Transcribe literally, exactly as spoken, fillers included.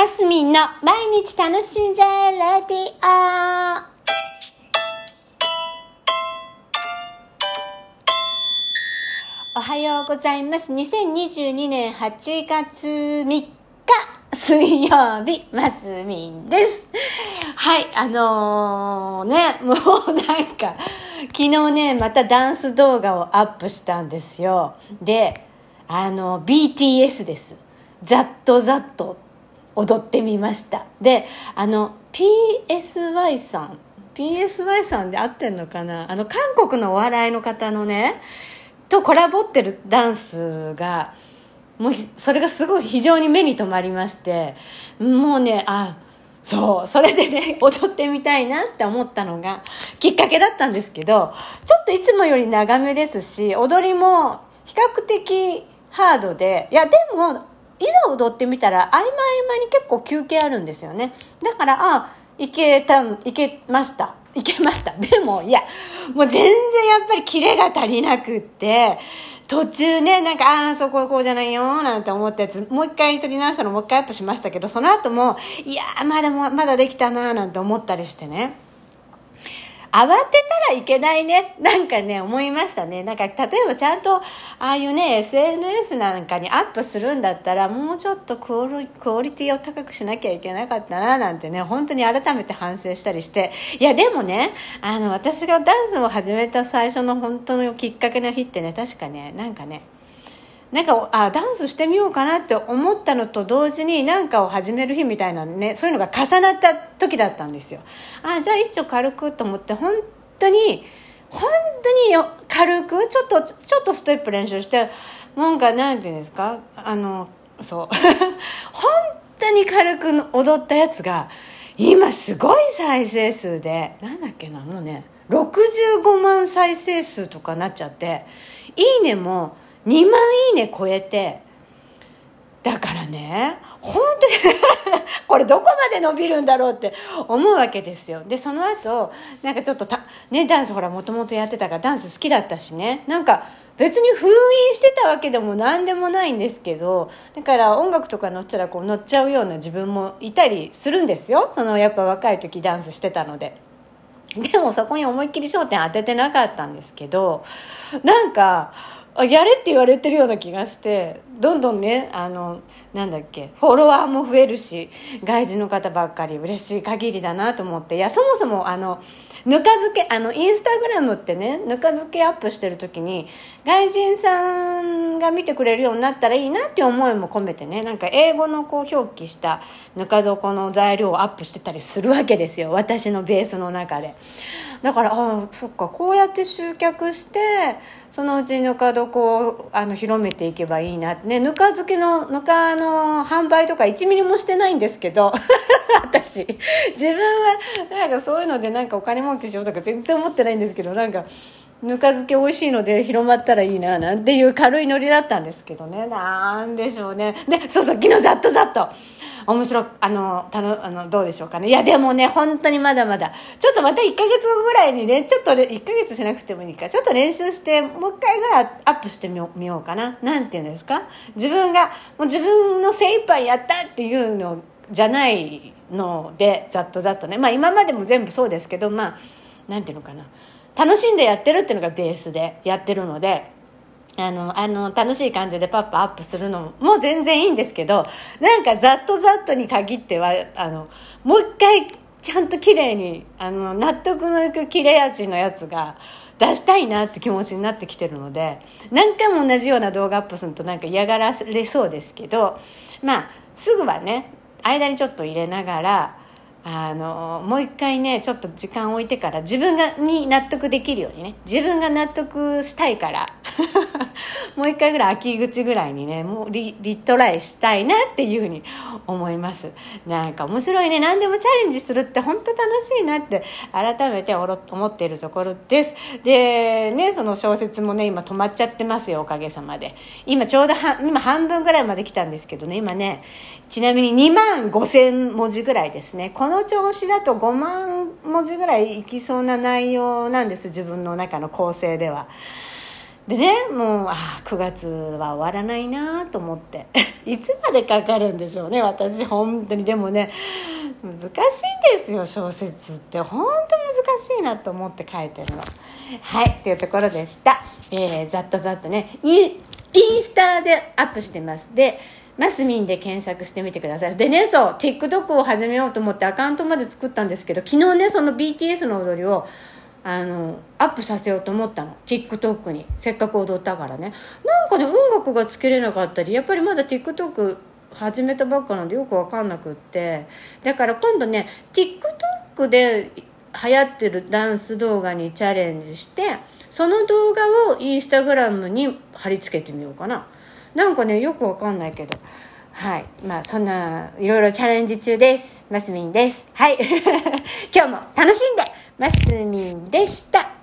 マスミンの毎日楽しんじゃえレディオ。おはようございます。にせんにじゅうにねんはちがつみっか水曜日、マスミンです。はい、あのー、ね、もうなんか昨日ね、またダンス動画をアップしたんですよ。で、あの ビーティーエス です。ざっとざっと踊ってみました。で、あの ピーエスワイ さん ピーエスワイ さんで合ってんのかな、あの韓国のお笑いの方のねとコラボってるダンスがもうそれがすごい非常に目に留まりまして、もうね、あ、そうそれでね踊ってみたいなって思ったのがきっかけだったんですけど、ちょっといつもより長めですし、踊りも比較的ハードで、いやでもいざ踊ってみたら合間合間に結構休憩あるんですよね。だからあいけたいけましたいけましたでもいやもう全然やっぱりキレが足りなくって、途中ねなんかあーそここうじゃないよなんて思ったやつもう一回撮り直したのもう一回アップしましたけど、その後もいやまだまだできたななんて思ったりしてね、慌てたらいけないねなんかね思いましたね。なんか例えばちゃんとああいうね エスエヌエス なんかにアップするんだったらもうちょっとクオリ、クオリティを高くしなきゃいけなかったななんてね本当に改めて反省したりして、いやでもねあの私がダンスを始めた最初の本当のきっかけの日ってね、確かねなんかねなんかあダンスしてみようかなって思ったのと同時に何かを始める日みたいなね、そういうのが重なった時だったんですよ。あじゃあ一応軽くと思って本当に本当によ軽くちょっとちょっとステップ練習してなんかなんていうんですかあのそう本当に軽く踊ったやつが今すごい再生数でなんだっけなもうねろくじゅうごまん再生数とかなっちゃって、いいねもにまんいいね超えて、だからね本当にこれどこまで伸びるんだろうって思うわけですよ。でその後なんかちょっとた、ね、ダンスほらもともとやってたからダンス好きだったしね、なんか別に封印してたわけでも何でもないんですけど、だから音楽とか乗ってたらこう乗っちゃうような自分もいたりするんですよ。そのやっぱ若い時ダンスしてたので。でもそこに思いっきり焦点当ててなかったんですけど、なんかやれって言われてるような気がして、どんどんねあのなんだっけフォロワーも増えるし外人の方ばっかり嬉しい限りだなと思って、いやそもそもあのぬか漬けあのインスタグラムってねぬか漬けアップしてる時に外人さんが見てくれるようになったらいいなって思いも込めてね、なんか英語のこう表記したぬか床の材料をアップしてたりするわけですよ、私のベースの中で。だからあそっかこうやって集客してそのうちぬか床をあの広めていけばいいなってね。ぬか漬けのぬかの販売とかいちミリもしてないんですけど私自分はなんかそういうのでなんかお金儲けしようとか全然思ってないんですけど、なんかぬか漬け美味しいので広まったらいいななんていう軽いノリだったんですけどね、なんでしょうね。でそうそう昨日ざっとざっと面白あのたのあのどうでしょうかね。いやでもね本当にまだまだちょっとまたいっかげつごぐらいにねちょっといっかげつしなくてもいいからちょっと練習してもう一回ぐらいアップしてみよう、みようかな。なんていうんですか、自分がもう自分の精一杯やったっていうのじゃないのでざっとざっとね、まあ今までも全部そうですけど、まあなんていうのかな、楽しんでやってるっていうのがベースでやってるので、あのあの楽しい感じでパッパアップするのも全然いいんですけど、なんかざっとざっとに限ってはあのもう一回ちゃんと綺麗にあの納得のいく切れ味のやつが出したいなって気持ちになってきてるので、何回も同じような動画アップするとなんか嫌がられそうですけど、まあすぐはね間にちょっと入れながらあのもう一回ねちょっと時間を置いてから自分がに納得できるようにね、自分が納得したいからもう一回ぐらい秋口ぐらいにねもう リ, リトライしたいなっていうふうに思います。なんか面白いね、何でもチャレンジするって本当楽しいなって改めて思っているところです。でねその小説もね今止まっちゃってますよ、おかげさまで。今ちょうどは今半分ぐらいまで来たんですけどね、今ねちなみににまんごせんもじぐらいですね。この調子だとごまんもじぐらいいきそうな内容なんです、自分の中の構成では。 でね、もうあくがつは終わらないなと思っていつまでかかるんでしょうね、私本当に。でもね、難しいですよ、小説って本当難しいなと思って書いてるの。はいというところでした。えー、ざっとざっとねインスタでアップしてます。でマスミンで検索してみてください。でね、そう TikTok を始めようと思ってアカウントまで作ったんですけど、昨日ねその ビーティーエス の踊りをあのアップさせようと思ったの、 TikTok に。せっかく踊ったからね。なんかね音楽がつけれなかったり、やっぱりまだ TikTok 始めたばっかなのでよく分かんなくって、だから今度ね TikTok で流行ってるダンス動画にチャレンジして、その動画をインスタグラムに貼り付けてみようかな。なんかねよく分かんないけど、はいまあそんないろいろチャレンジ中です。マスミンです。はい今日も楽しんでマスミンでした。